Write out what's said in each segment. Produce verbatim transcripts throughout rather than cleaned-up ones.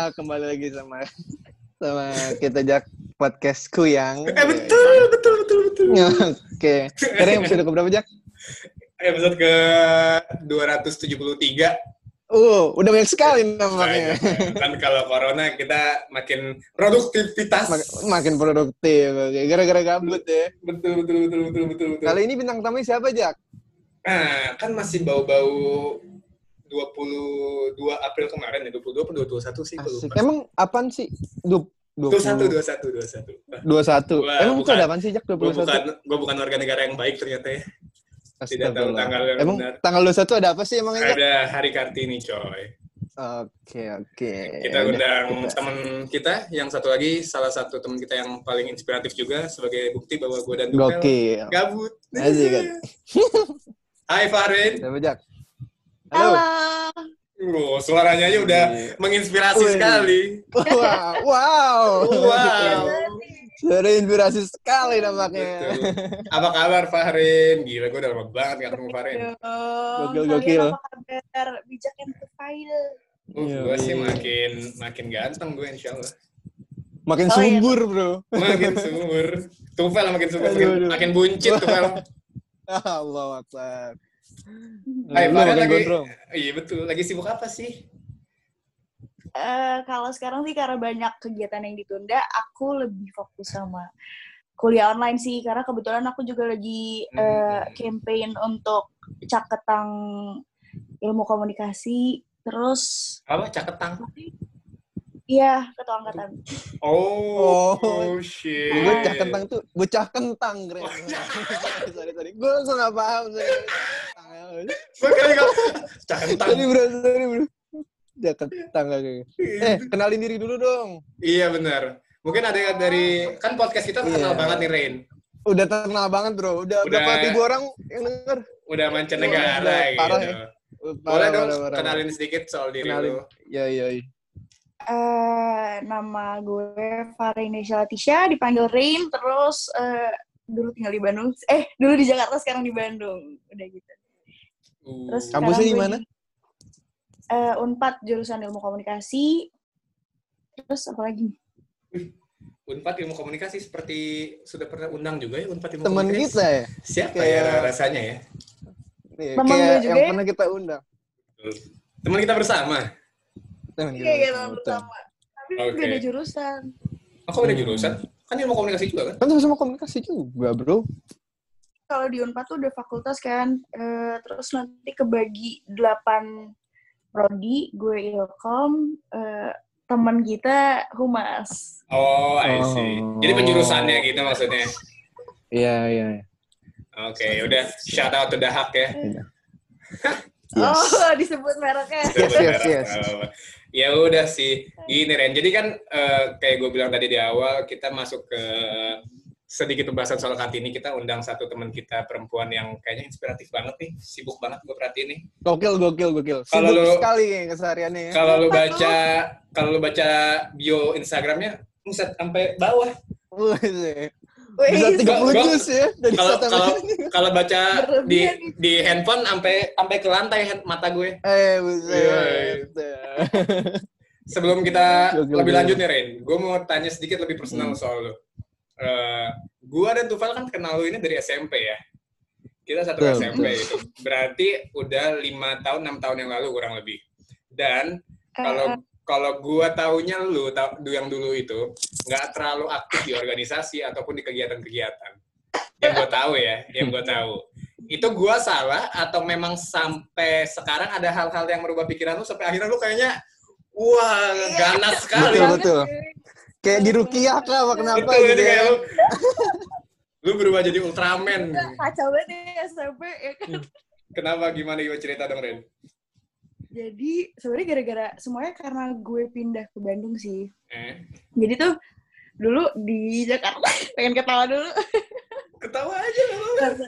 kembali lagi sama sama kita Jak podcast Kuyang. Eh betul, betul, betul, betul. Oke. Sekarang episode keberapa, Jak? Episode ke dua ratus tujuh puluh tiga. Uh, udah banyak sekali nampaknya. Kan kalau corona kita makin produktivitas. Mak- makin produktif. Oke. Gara-gara gabut ya. Betul, betul, betul, betul, betul, betul. Kali ini bintang tamunya siapa, Jak? Nah, kan masih bau-bau dua puluh dua April kemarin ya, dua puluh dua atau dua puluh satu sih, gue lupa. Emang apaan sih? Du- dua puluh satu, dua puluh satu, dua puluh satu. dua puluh satu. Wah, Emang bukan, itu ada apaan sih, Jak? dua puluh satu. Gue bukan, gue bukan warga negara yang baik ternyata ya. Tidak tahu tanggal yang emang benar. Tanggal dua puluh satu ada apa sih emang? Ada Hari Kartini, coy. Oke, oke. Kita undang teman kita yang satu lagi, salah satu teman kita yang paling inspiratif juga sebagai bukti bahwa gue dan Dupel Gokil. gabut. Asik kan. Hai Fahrin. Siapa, Jak? Halo. Oh, suaranya aja udah menginspirasi Wih. sekali. Wow, wow. Wow. Suara inspirasi sekali nampaknya. Betul. Apa kabar Fahrin? Gila, gue udah lama banget gak ketemu Fahrin. Gokil, gokil. Apa kabar? Bijak and profile. Uh, Iya, gue sih iya. makin makin ganteng gue insya Allah. Makin Oh, iya. subur, bro. Makin subur. Tufel makin subur, Aduh, makin, aduh. makin buncit Tufel. Allah Akbar. Hai Lu Fahrin makin lagi. gondrong. Iya betul. Lagi sibuk apa sih? Eh, kalau sekarang sih karena banyak kegiatan yang ditunda, aku lebih fokus sama kuliah online sih. Karena kebetulan aku juga lagi eh, campaign untuk Caketang Ilmu Komunikasi. Terus, Apa? Caketang? iya, ketua angkatan. Oh, Oh. oh shit. Bocah kentang tuh, bocah kentang keren. sorry, sorry. Gue langsung gak paham. Gue kira gak caketang. Sorry, bro. Sorry, bro. Bocah kentang kayaknya. Eh, kenalin diri dulu dong. Iya benar. Mungkin ada dari kan podcast kita terkenal Iya. banget nih Rain. Udah terkenal banget, bro. Udah, Udah. berapa ribu orang yang denger? Udah mancanegara Udah, gitu. parah ya. Boleh Parah, dong parah, parah. kenalin sedikit soal diri Kenalin. lu. Ya, ya, ya. Eh, nama gue Farinesha Latisha, dipanggil Rain. Terus eh, dulu tinggal di Bandung. Eh, dulu di Jakarta, sekarang di Bandung. Udah gitu. Uh, Terus Kampusnya sekarang di gue mana? eh, Unpad, jurusan Ilmu Komunikasi. Terus apa lagi? Unpad Ilmu Komunikasi seperti sudah pernah undang juga ya Unpad Ilmu Temen Komunikasi. kita ya? Siapa Kayak- ya rasanya ya? Nih, Temen kayak gue juga yang ya? pernah kita undang. Teman kita bersama. Temen Iya, kita iya, bersama, teman betul. bersama. Tapi Oke. beda jurusan. Aku ada Hmm. jurusan. Kan Ilmu Komunikasi juga kan? Kan sama komunikasi juga, bro. Kalau di Unpad tuh udah fakultas kan, eh, terus nanti kebagi delapan prodi, gue Ilkom, eh, teman kita Humas. Oh, I see. Oh. Jadi penjurusannya gitu maksudnya. Iya, iya. Oke, udah shout out to Dahak ya. Yes. Oh, disebut mereknya. Yes, yes, yes. Oh, ya udah sih. Gini Ren, jadi kan eh, kayak gue bilang tadi di awal, kita masuk ke sedikit pembahasan soal Kartini. Kita undang satu teman kita perempuan yang kayaknya inspiratif banget nih. Sibuk banget gue perhatiin nih. Gokil, gokil, gokil. Kalau Sibuk lu- sekali ya kesehariannya ya. Kalau lu baca kalau lu baca bio Instagramnya, buset sampai bawah. Wih, Wih, bisa tiga puluh gua- juz ya. Dari Kalau satu kalau sampai- kalau baca di Berlebihan nih. di handphone sampai sampai ke lantai hand- mata gue. Eh, Iya, buset. Sebelum kita Gokil, lebih gokil. lanjut nih Ren, gue mau tanya sedikit lebih personal Hmm. soal lu. Uh, gue dan Tufel kan kenal lu ini dari S M P ya. Kita satu Betul, S M P itu. Berarti udah lima tahun, enam tahun yang lalu kurang lebih. Dan kalau kalau gue taunya lu tau, yang dulu itu nggak terlalu aktif di organisasi ataupun di kegiatan-kegiatan. Yang gue tahu ya, yang gue tahu. Itu gue salah atau memang sampai sekarang ada hal-hal yang merubah pikiran lu sampai akhirnya lu kayaknya wah ganas sekali. Betul, betul. Kayak di Rukiah kah, apa kenapa Betul, gitu jadi kayak ya. lu, lu berubah jadi Ultraman. Kacau banget ya S M P ya kan. Kenapa? Gimana? Gimana cerita dong, Ren? Jadi sebenarnya gara-gara semuanya karena gue pindah ke Bandung sih. Eh, Jadi tuh dulu di Jakarta, pengen ketawa dulu. ketawa aja nggak apa-apa. Karena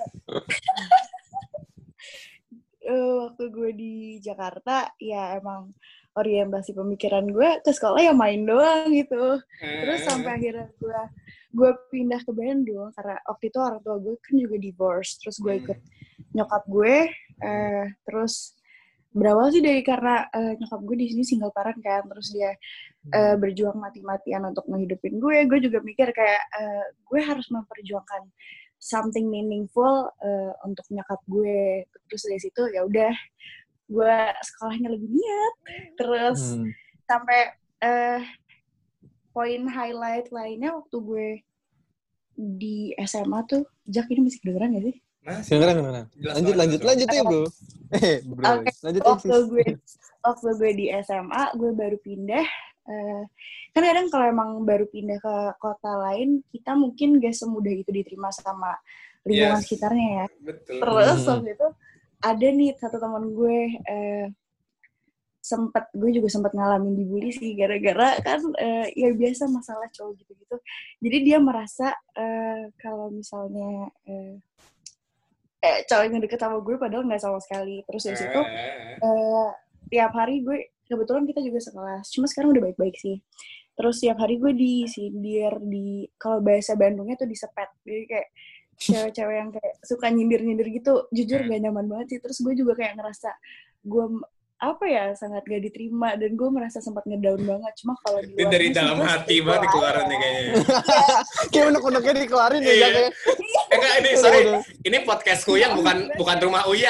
eh, waktu gue di Jakarta, ya emang orientasi pemikiran gue ke sekolah ya main doang gitu. Terus Eh, sampai akhirnya gue gue pindah ke Bandung karena waktu itu orang tua gue kan juga divorce. Terus gue ikut nyokap gue, eh, terus berawal sih dari karena uh, nyokap gue di sini single parent kan, terus dia uh, berjuang mati-matian untuk ngehidupin gue. Gue juga mikir kayak uh, gue harus memperjuangkan something meaningful uh, untuk nyokap gue. Terus dari situ ya udah gue sekolahnya lebih niat, terus hmm. sampai uh, poin highlight lainnya waktu gue di S M A tuh. Jak, ini masih kedengeran gak sih? Masih kedengeran, kedengeran. Lanjut, lanjut, lanjut ya bro. Eh, bro. Okay. Lanjut waktu gue, waktu gue di S M A, gue baru pindah. Uh, kan kadang kalau emang baru pindah ke kota lain, kita mungkin gak semudah itu diterima sama lingkungan yes. sekitarnya ya. Betul. Terus Hmm. waktu itu ada nih satu teman gue, uh, sempet gue juga sempat ngalamin dibully sih gara-gara kan uh, ya biasa masalah cowok gitu-gitu. Jadi dia merasa uh, kalau misalnya uh, eh, cowok yang deket sama gue padahal nggak sama sekali. Terus dari situ uh, tiap hari gue kebetulan kita juga sekelas. Cuma sekarang udah baik-baik sih. Terus tiap hari gue disindir di kalau bahasa Bandungnya tuh disepet. Jadi kayak cewek-cewek yang kayak suka nyindir-nyindir gitu. Jujur gak nyaman banget sih. Terus gue juga kayak ngerasa gue apa ya sangat gak diterima dan gue merasa sempat ngedown banget. Cuma kalau di luar dari dalam hati banget dikeluarin nih kayaknya. Kayak unek-uneknya dikeluarin ya Jack ya. Enggak ini sorry, ini podcastku yang bukan bukan rumah Uya.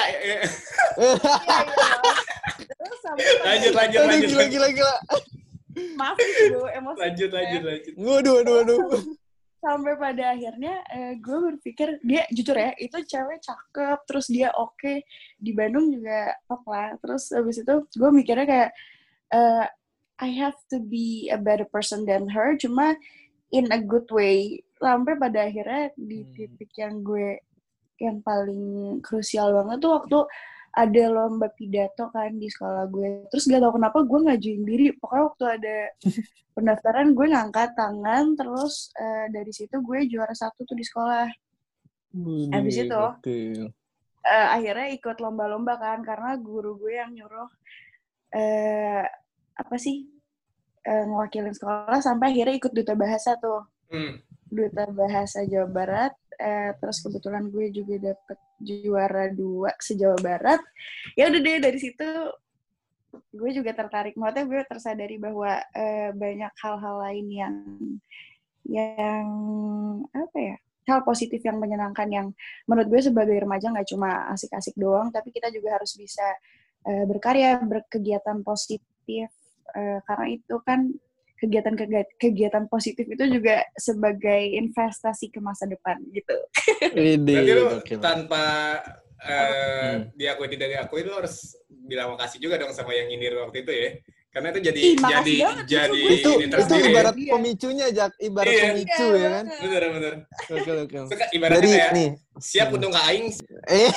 lanjut lanjut Aduh, lanjut. Gila gila gila. Maaf gue emosi. Lanjut lanjut lanjut. Waduh waduh waduh. Sampai pada akhirnya uh, gue berpikir dia jujur ya itu cewek cakep, terus dia oke okay. Di Bandung juga top lah. Terus habis itu gue mikirnya kayak uh, I have to be a better person than her, cuma in a good way. Sampai pada akhirnya di titik yang gue yang paling krusial banget tuh waktu ada lomba pidato kan di sekolah gue. Terus gak tau kenapa gue ngajuin diri. Pokoknya waktu ada pendaftaran gue ngangkat tangan. Terus uh, dari situ gue juara satu tuh di sekolah. Budi, habis itu okay. uh, akhirnya ikut lomba-lomba kan. Karena guru gue yang nyuruh uh, apa sih uh, ngewakilin sekolah. Sampai akhirnya ikut duta bahasa tuh. Hmm. Duta bahasa Jawa Barat. Uh, terus kebetulan gue juga dapet juara dua se-Jawa Barat. Ya udah deh dari situ gue juga tertarik. Maksudnya gue tersadari bahwa uh, banyak hal-hal lain yang yang apa ya, hal positif yang menyenangkan yang menurut gue sebagai remaja nggak cuma asik-asik doang, tapi kita juga harus bisa uh, berkarya, berkegiatan positif uh, karena itu kan kegiatan-kegiatan positif itu juga sebagai investasi ke masa depan gitu. Berarti lu tanpa uh, hmm. diakui tidak diakui lu harus bilang makasih juga dong sama yang nyindir waktu itu ya. Karena itu jadi Ih, jadi banget, jadi itu, ini itu ibarat ya. Pemicunya Jak, ibarat iya. pemicu iya, ya kan. Bener bener. Oke oke. Ibaratnya dari, kayak nih. Siap untuk nggak aing. Eh,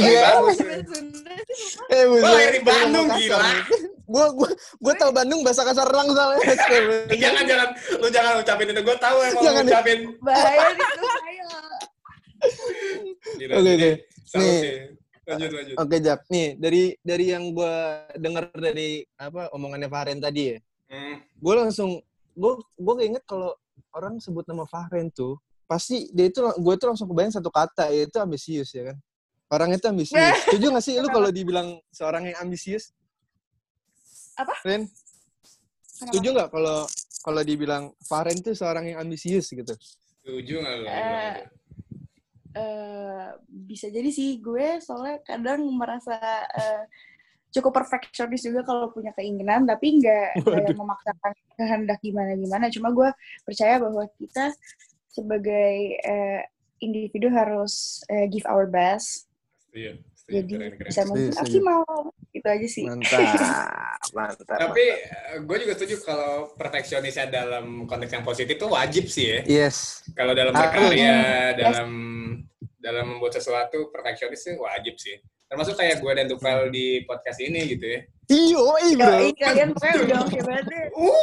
eh, Gue lahir di Bandung gila. Gue gue gue tau Bandung bahasa kasar lang soalnya. jangan jangan lu jangan ucapin itu. Gue tahu emang jangan ucapin. Bahaya itu bahaya. Oke oke. Lanjut lanjut. Oke okay, Jak, nih dari dari yang gue dengar dari apa omongannya Fahren tadi ya, hmm. gue langsung gue gue keinget kalau orang sebut nama Fahren tuh pasti dia itu gue tuh langsung kebayang satu kata yaitu ambisius ya kan. Orang itu ambisius. Setuju nggak sih lu kalau dibilang seorang yang ambisius? Apa? Ren? Setuju nggak kalau kalau dibilang Fahren tuh seorang yang ambisius gitu? Setuju nggak lo? Uh, uh, bisa jadi sih gue soalnya kadang merasa uh, cukup perfeksionis juga kalau punya keinginan, tapi nggak yang memaksakan kehendak gimana-gimana. Cuma gue percaya bahwa kita sebagai uh, individu harus uh, give our best. Iya. Jadi keren, keren. bisa mungkin maksimal itu aja sih. Mantap, mantap. Tapi gue juga setuju kalau perfeksionisnya dalam konteks yang positif tuh wajib sih ya. Yes. Kalau dalam berkarya, uh, dalam yes. dalam membuat sesuatu perfeksionis sih wajib sih. Termasuk kayak gue dan Tufel di podcast ini gitu ya. Iyo, iya bro. Iya, kalian pokoknya udah oke banget deh.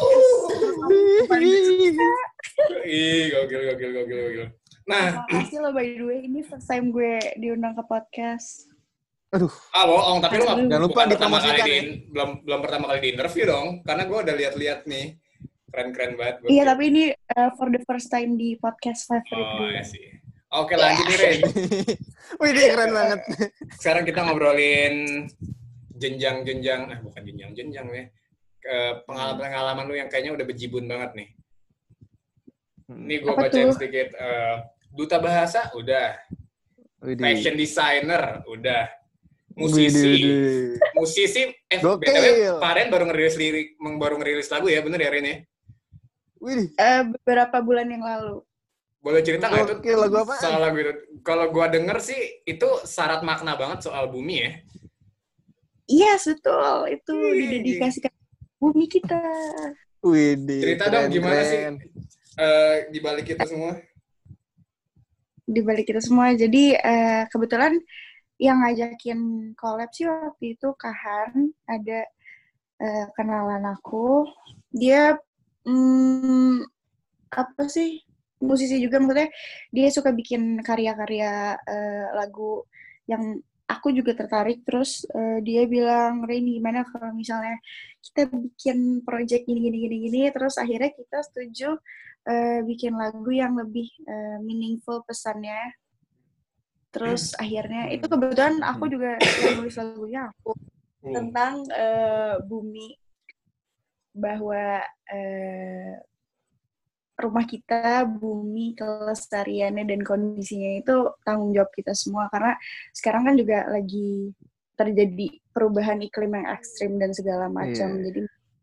Ih, gokil, gokil, gokil, gokil. Nah, makasih lo by the way, ini first time gue diundang ke podcast. Aduh. Ah bohong, tapi lu jangan lupa pertama kali ya. di, belum belum pertama kali di interview dong, karena gue udah lihat-lihat nih, keren-keren banget. Iya, tapi ini uh, for the first time di podcast Favorite Oh, gue. ya sih. Oke, lanjut nih, Ren. Wih, ini keren banget. Sekarang kita ngobrolin jenjang-jenjang, ah bukan jenjang-jenjang ya, pengalaman-pengalaman lu yang kayaknya udah bejibun banget nih. Ini gue bacain tuh? sedikit. Uh, duta bahasa, udah. Widih. Fashion designer, udah. Musisi, Widih. musisi. Eh, B T W, Faren baru ngerilis lirik, baru ngerilis lagu ya, bener ya Ren ya? Widih. Uh, beberapa bulan yang lalu. Boleh cerita nggak itu lagu apa? Soal lagu itu. Kalau gue denger sih, itu syarat makna banget soal bumi ya. Iya, yes, betul. Itu didedikasikan bumi kita. Widih. Cerita keren, dong gimana keren. sih uh, di balik itu semua? Di balik itu semua. Jadi uh, kebetulan yang ngajakin collab sih waktu itu Kahan, ada uh, kenalan aku. Dia hmm, apa sih? Musisi juga, maksudnya dia suka bikin karya-karya uh, lagu yang aku juga tertarik. Terus uh, dia bilang, Reini gimana kalau misalnya kita bikin project gini-gini-gini, terus akhirnya kita setuju uh, bikin lagu yang lebih uh, meaningful pesannya. Terus akhirnya, itu kebetulan aku juga yang nulis lagunya aku, tentang uh, bumi, bahwa uh, rumah kita, bumi, kelestariannya, dan kondisinya itu tanggung jawab kita semua. Karena sekarang kan juga lagi terjadi perubahan iklim yang ekstrim dan segala macam. Yeah. Jadi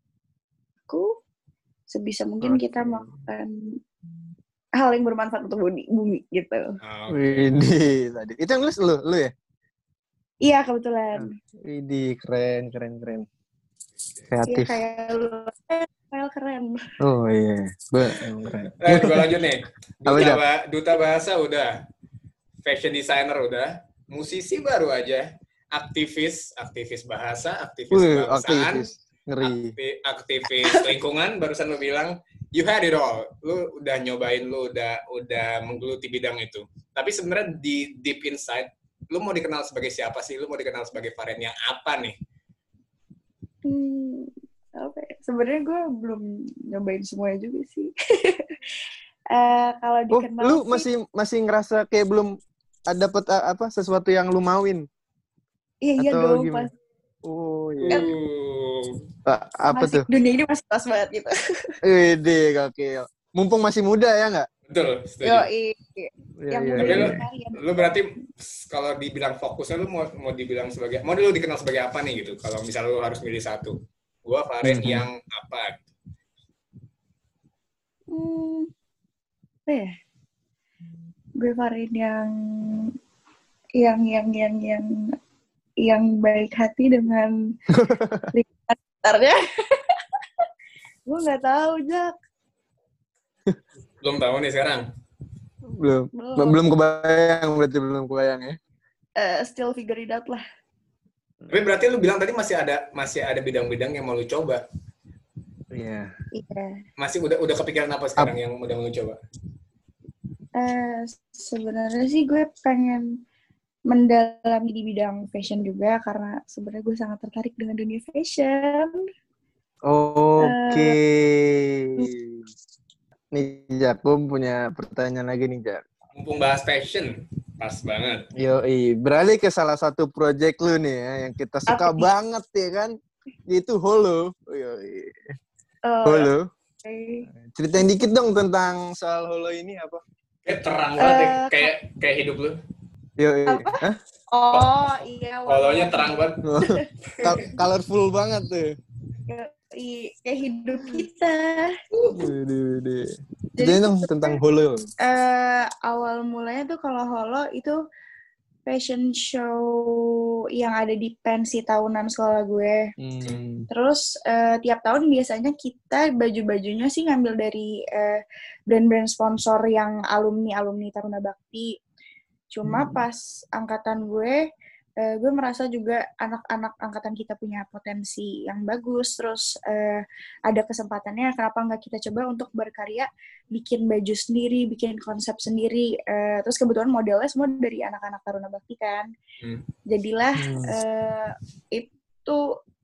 aku sebisa mungkin okay. kita melakukan hal yang bermanfaat untuk bumi, bumi gitu. Widih, tadi. Itu yang nulis lu, lu ya? Iya, kebetulan. Widih, keren, keren, keren. Kreatif. Iya, kayak lu. File keren. Oh iya, yeah. keren. Eh, gue lanjut nih. Duta, ba- duta bahasa udah, fashion designer udah, musisi baru aja, aktivis, aktivis bahasa, aktivis Wih, kebangsaan, aktivis. Ngeri. Akti- aktivis lingkungan. Barusan lu bilang, you had it all. Lu udah nyobain, lu udah udah menggeluti bidang itu. Tapi sebenarnya di deep inside, lu mau dikenal sebagai siapa sih? Lu mau dikenal sebagai Faren yang apa nih? Hmm. Oke, okay. Sebenarnya gue belum nyobain semuanya juga sih. uh, kalau dikenal oh, lu sih, masih masih ngerasa kayak belum ada dapet apa sesuatu yang lu mauin? Iya iya dong pas. Oh iya. Uh, apa masih, tuh? Dunia ini masih pas banget gitu. Wede, oke. Mumpung masih muda ya nggak? Betul, setuju. Yo, iya. Yang iya, muda iya. Lu, lu berarti kalau dibilang fokusnya lu mau mau dibilang sebagai, mau lu dikenal sebagai apa nih gitu? Kalau misalnya lu harus milih satu. Gua Faren mm-hmm. yang apa? Hmm, apa ya? Gue Faren yang yang yang yang yang yang baik hati dengan lingkungan sekitarnya. Gue nggak tahu, Jak. Belum tahu nih sekarang. Belum. Belum, belum kebayang, berarti belum kebayang ya. Uh, still figure it out lah. Tapi berarti lu bilang tadi masih ada masih ada bidang-bidang yang mau lu coba. Iya. Yeah. Iya. Masih udah udah kepikiran apa sekarang Ap- yang udah mau lu coba? Uh, sebenarnya sih gue pengen mendalami di bidang fashion juga, karena sebenarnya gue sangat tertarik dengan dunia fashion. Oke. Okay. Uh, nih Jak, gue punya pertanyaan lagi nih Jak. Mumpung bahas fashion. Pas banget. Yoi, beralih ke salah satu project lu nih ya, yang kita suka Apa? banget ya kan, yaitu Holo. Yoi. Uh, Holo. Okay. Ceritain dikit dong tentang soal Holo ini apa? Kayak terang banget uh, ya, kayak kayak hidup lu. Yoi. Apa? Oh iya. Holonya terang banget. Colorful banget tuh. Yoi, kayak hidup kita. Dede. Jadi dong tentang Holo. Uh, awal mulanya tuh kalau Holo itu fashion show yang ada di pensi tahunan sekolah gue. Hmm. Terus uh, tiap tahun biasanya kita baju-bajunya sih ngambil dari uh, brand-brand sponsor yang alumni-alumni Taruna Bakti. Cuma hmm. pas angkatan gue, Uh, gue merasa juga anak-anak angkatan kita punya potensi yang bagus, terus uh, ada kesempatannya, kenapa nggak kita coba untuk berkarya, bikin baju sendiri, bikin konsep sendiri, uh, terus kebetulan modelnya semua dari anak-anak Taruna Bakti kan, hmm. jadilah uh, itu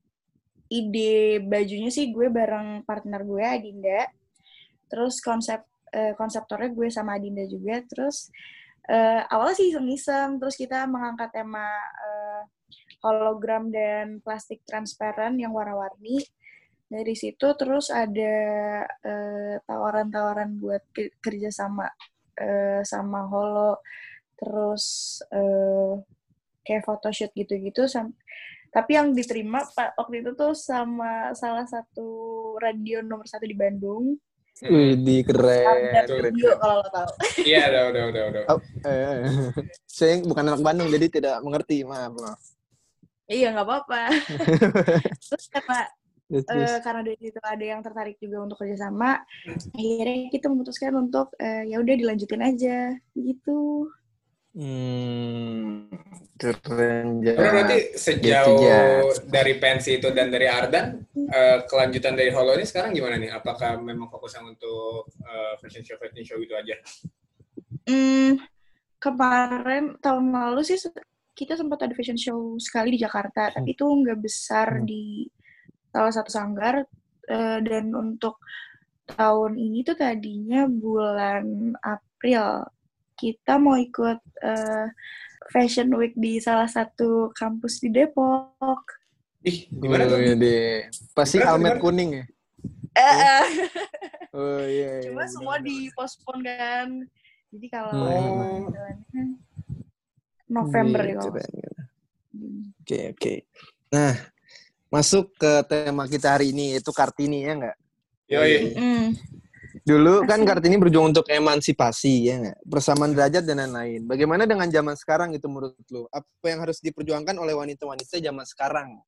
ide bajunya sih gue bareng partner gue Adinda, terus konsep uh, konseptornya gue sama Adinda juga, terus Uh, awalnya sih iseng-iseng, terus kita mengangkat tema uh, hologram dan plastik transparan yang warna-warni. Dari situ terus ada uh, tawaran-tawaran buat kerja sama uh, sama Holo, terus uh, kayak photoshoot gitu-gitu. Sam- Tapi yang diterima Pak waktu itu tuh sama salah satu radio nomor satu di Bandung. Wih, di keren. Keren, radio keren. Kalau lo tahu. Iya, udah, udah, udah, udah. Oh, eh, saya bukan anak Bandung jadi tidak mengerti, maaf, maaf. Iya, nggak apa-apa. Terus karena yes, yes. Uh, karena dari situ ada yang tertarik juga untuk kerjasama, akhirnya kita memutuskan untuk uh, ya udah dilanjutin aja, gitu. Hmm, keren ya. Berarti sejauh gitu, dari pensi itu dan dari Ardan, uh, kelanjutan dari Holo ini sekarang gimana nih? Apakah memang fokusnya untuk uh, fashion show fashion show gitu aja? Hmm, kemarin tahun lalu sih kita sempat ada fashion show sekali di Jakarta, tapi itu nggak besar hmm. di salah satu sanggar. Uh, dan untuk tahun ini tuh tadinya bulan April. Kita mau ikut uh, Fashion Week di salah satu kampus di Depok. Ih, gimana tuh? Oh, deh. Pasti almet kuning ya? Eh, uh, oh iya. Cuma iya, semua bener. dipospon kan. Jadi kalau oh. jalannya November ya kalau. Oke, oke. Nah, masuk ke tema kita hari ini, yaitu Kartini, ya nggak? Yoi. Mm. Dulu kan Kartini berjuang untuk emansipasi, ya nggak? Persamaan derajat dan lain-lain. Bagaimana dengan zaman sekarang itu menurut lo? Apa yang harus diperjuangkan oleh wanita-wanita zaman sekarang?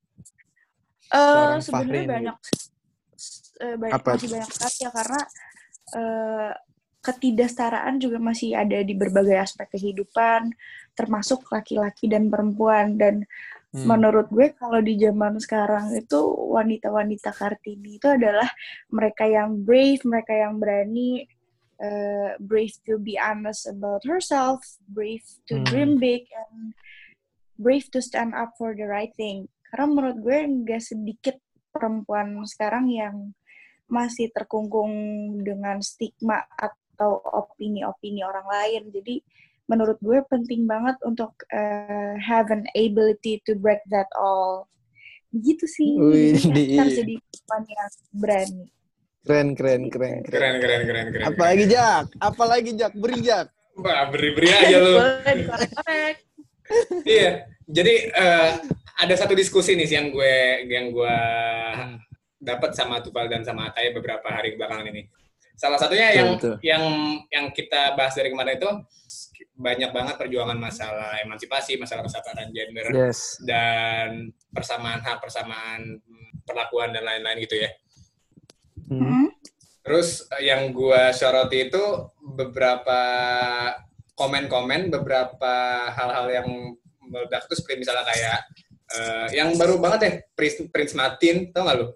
Uh, sebenarnya banyak, uh, banyak Apa? masih banyak sekali ya, karena uh, ketidaksetaraan juga masih ada di berbagai aspek kehidupan, termasuk laki-laki dan perempuan. Dan Hmm. menurut gue kalau di zaman sekarang itu wanita-wanita Kartini itu adalah mereka yang brave, mereka yang berani, uh, brave to be honest about herself, brave to hmm. dream big, and brave to stand up for the right thing. Karena menurut gue nggak sedikit perempuan sekarang yang masih terkungkung dengan stigma atau opini-opini orang lain. Jadi menurut gue penting banget untuk uh, have an ability to break that all. Gitu sih. Wih, jadi harus jadi perempuan yang berani. Keren, keren, keren, keren. Keren, keren, keren, keren. Apalagi Jak? Apalagi Jak? Beri Jak. Wah, beri-beri aja lu. Boleh dikorek-korek. Iya. Jadi uh, ada satu diskusi nih yang gue yang gue dapat sama Tufal dan sama Ataya beberapa hari belakangan ini. Salah satunya yang betul, betul. yang yang kita bahas dari kemarin itu banyak banget perjuangan masalah emansipasi, masalah kesetaraan gender, yes. dan persamaan hak, persamaan perlakuan dan lain-lain gitu ya. Mm-hmm. Terus yang gue soroti itu beberapa komen-komen, beberapa hal-hal yang meledak itu seperti misalnya kayak uh, yang baru banget deh, Prince, Prince Martin, tau nggak lu?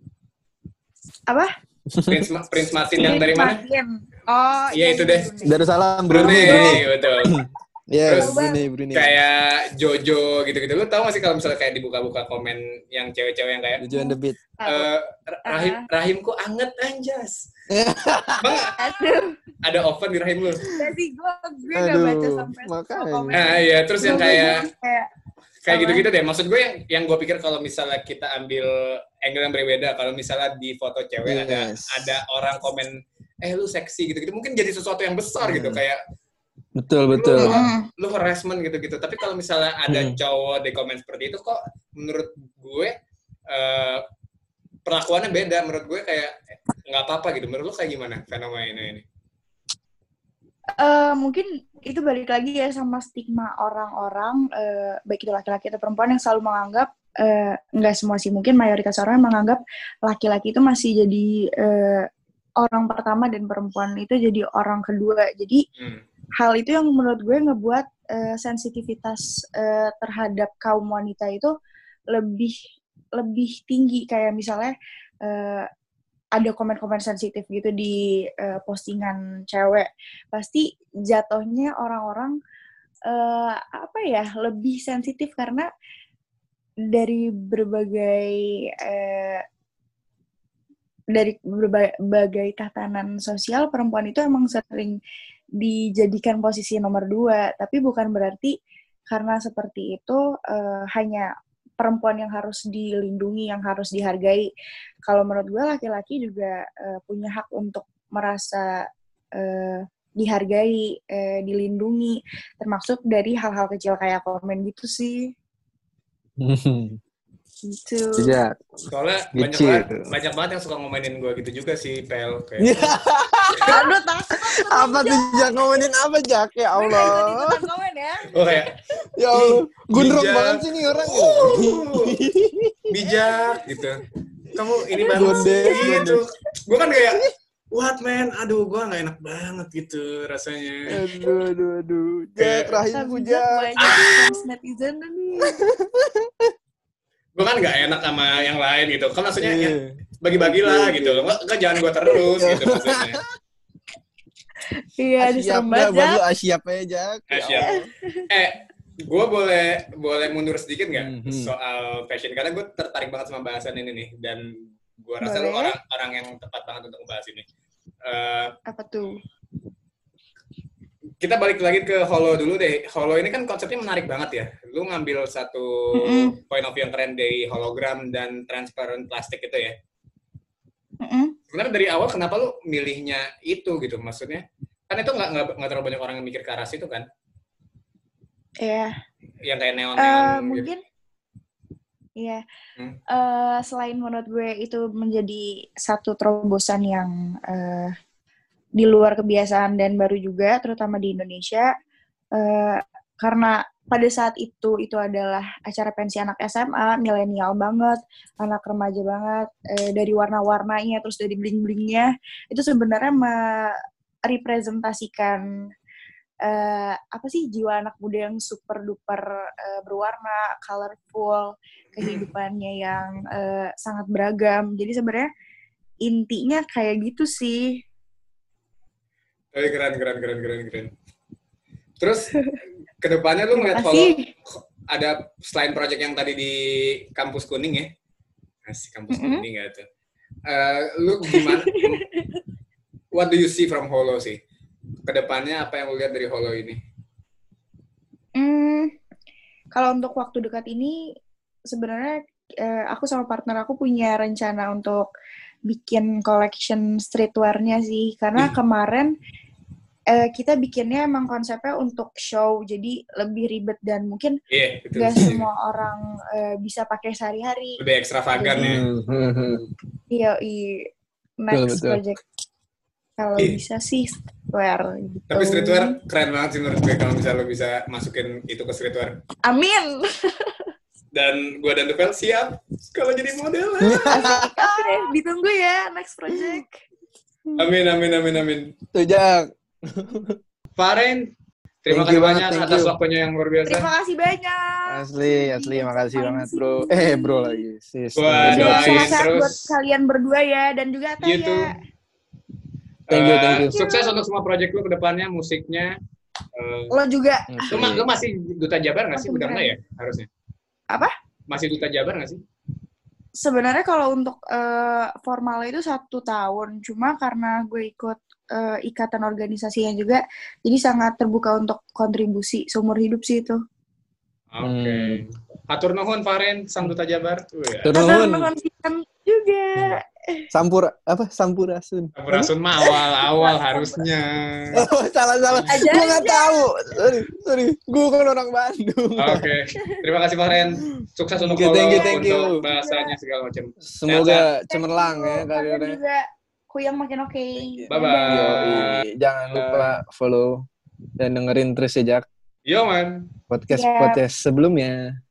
Apa? Prince, Prince Martin yang dari mana? Oh, iya itu deh. Darussalam, Brunei. Brunei, betul. Yes, Terus Brunei, Brunei. Kayak Jojo gitu-gitu. Lu tau gak sih kalau misalnya kayak dibuka-buka komen yang cewek-cewek yang kayak Jojo and the Beat. Uh, rahim, rahimku anget anjas. Bang, aduh. Ada oven di rahim lu. Jadi gue gue gak baca sampai komen. Nah, iya, terus yang kayak kayak gitu-gitu deh. Maksud gue yang yang gue pikir kalau misalnya kita ambil angle yang berbeda, kalau misalnya di foto cewek yes. ada ada orang komen eh lu seksi gitu-gitu, mungkin jadi sesuatu yang besar hmm. gitu kayak betul betul lu, lu harassment gitu-gitu. Tapi kalau misalnya ada hmm. cowok di komen seperti itu, kok menurut gue uh, perlakuannya beda. Menurut gue kayak nggak apa-apa gitu. Menurut lu kayak gimana fenomena ini? Uh, mungkin itu balik lagi ya sama stigma orang-orang, uh, baik itu laki-laki atau perempuan yang selalu menganggap uh, nggak semua sih, mungkin mayoritas orang menganggap laki-laki itu masih jadi uh, orang pertama dan perempuan itu jadi orang kedua. Jadi hmm. hal itu yang menurut gue ngebuat uh, sensitivitas uh, terhadap kaum wanita itu lebih lebih tinggi. Kayak misalnya uh, ada komen-komen sensitif gitu di uh, postingan cewek, pasti jatuhnya orang-orang uh, apa ya lebih sensitif karena dari berbagai uh, dari berbagai tatanan sosial perempuan itu emang sering dijadikan posisi nomor dua, tapi bukan berarti karena seperti itu uh, hanya perempuan yang harus dilindungi, yang harus dihargai. Kalau menurut gue laki-laki juga uh, punya hak untuk merasa uh, dihargai, uh, dilindungi, termasuk dari hal-hal kecil kayak komen gitu sih. Gitu. Tidak. Soalnya banyak banget, banyak banget yang suka ngomenin gue gitu juga sih, Pel. Kayak. Aduh, takut. Apa tuh Jak ngomenin apa Jak? Ya Allah. Ikutan komen ya. Oh kayak. Ya Allah. Gundrung bijak. banget sih nih orang. Uh, bijak gitu. Kamu ini banget gitu. Gue kan kayak, what man? Aduh, gue gak enak banget gitu rasanya. Aduh, aduh, aduh. Jak, rahimku Jak. Banyak netizen nih. Gue kan gak enak sama yang lain gitu. Kan maksudnya ya, bagi-bagilah gitu. Nggak jangan gue terus gitu maksudnya. Iya, diserem banget. Baru Asyap aja Jak. Asyap. Eh, gue boleh boleh mundur sedikit nggak mm-hmm. soal fashion? Karena gue tertarik banget sama bahasan ini nih. Dan gue rasa lu orang, orang yang tepat banget untuk membahas ini. Uh, Apa tuh? Kita balik lagi ke Holo dulu deh. Holo ini kan konsepnya menarik banget ya. Lu ngambil satu mm-hmm. point of view yang keren dari hologram dan transparent plastik itu ya. Mm-hmm. Sebenarnya dari awal kenapa lu milihnya itu gitu? Maksudnya kan itu nggak nggak terlalu banyak orang yang mikir ke arah situ kan? Iya. Yeah. Yang kayak neon-neon. Uh, gitu. Mungkin. Iya. Hmm. Uh, selain menurut gue itu menjadi satu terobosan yang uh, di luar kebiasaan dan baru juga, terutama di Indonesia, uh, karena pada saat itu, itu adalah acara pensi anak S M A, milenial banget, anak remaja banget, uh, dari warna-warnanya, terus dari bling-blingnya, itu sebenarnya merepresentasikan uh, apa sih, jiwa anak muda yang super-duper uh, berwarna, colorful, kehidupannya yang uh, sangat beragam. Jadi sebenarnya intinya kayak gitu sih. Oh, keren, keren, keren, keren, keren. Terus, kedepannya lu ngeliat kalau ada selain project yang tadi di Kampus Kuning ya? Kasih Kampus mm-hmm. Kuning gak tuh? Uh, lu gimana? What do you see from Holo sih? Kedepannya apa yang lu lihat dari Holo ini? Hmm, kalau untuk waktu dekat ini, sebenarnya uh, aku sama partner aku punya rencana untuk bikin collection streetwear-nya sih, karena kemarin eh, kita bikinnya emang konsepnya untuk show, jadi lebih ribet dan mungkin yeah, gak semua orang eh, bisa pakai sehari-hari. Lebih ekstravagan ya. Iya, iya. Next betul, project kalau yeah. bisa sih streetwear. Gitu. Tapi streetwear keren banget sih menurut gue kalau misalnya lo bisa masukin itu ke streetwear. Amin. Dan gue dan Tupel siap kalau jadi model. Oke, ditunggu ya next project. Amin, amin, amin, amin. Tujak. Faren, terima kasih banyak atas waktunya yang luar biasa. Terima kasih banyak. Asli, asli, makasih banget bro. Eh bro lagi. Sis. Wah, doain terus. Buat kalian berdua ya, dan juga Taya. Gitu. Thank you, thank you. Uh, sukses untuk semua project lu ke depannya, musiknya. Uh, lo juga. Lu, lu masih Duta Jabar nggak sih? Udah nggak ya harusnya? Apa? Masih Duta Jabar nggak sih? Sebenarnya kalau untuk uh, formalnya itu satu tahun, cuma karena gue ikut uh, ikatan organisasinya juga, jadi sangat terbuka untuk kontribusi seumur hidup sih itu. Oke. Okay. Hmm. Hatur nuhun Faren, sang Duta Jabar. Hatur nuhun juga. Sampur apa? Sampurasun. Sampurasun mah awal-awal harusnya. Oh, salah-salah. Gue nggak tahu. Sorry, sorry. Gue kan orang Bandung. Oke. Okay. Terima kasih Faren. Sukses untuk okay, thank you, thank untuk you. bahasanya segala macam. Semoga cemerlang ya kalian. Juga Kuyang makin oke. Okay. Bye bye. Jangan lupa follow dan dengerin terus ya Jak. Yo man. Podcast yeah. podcast sebelumnya.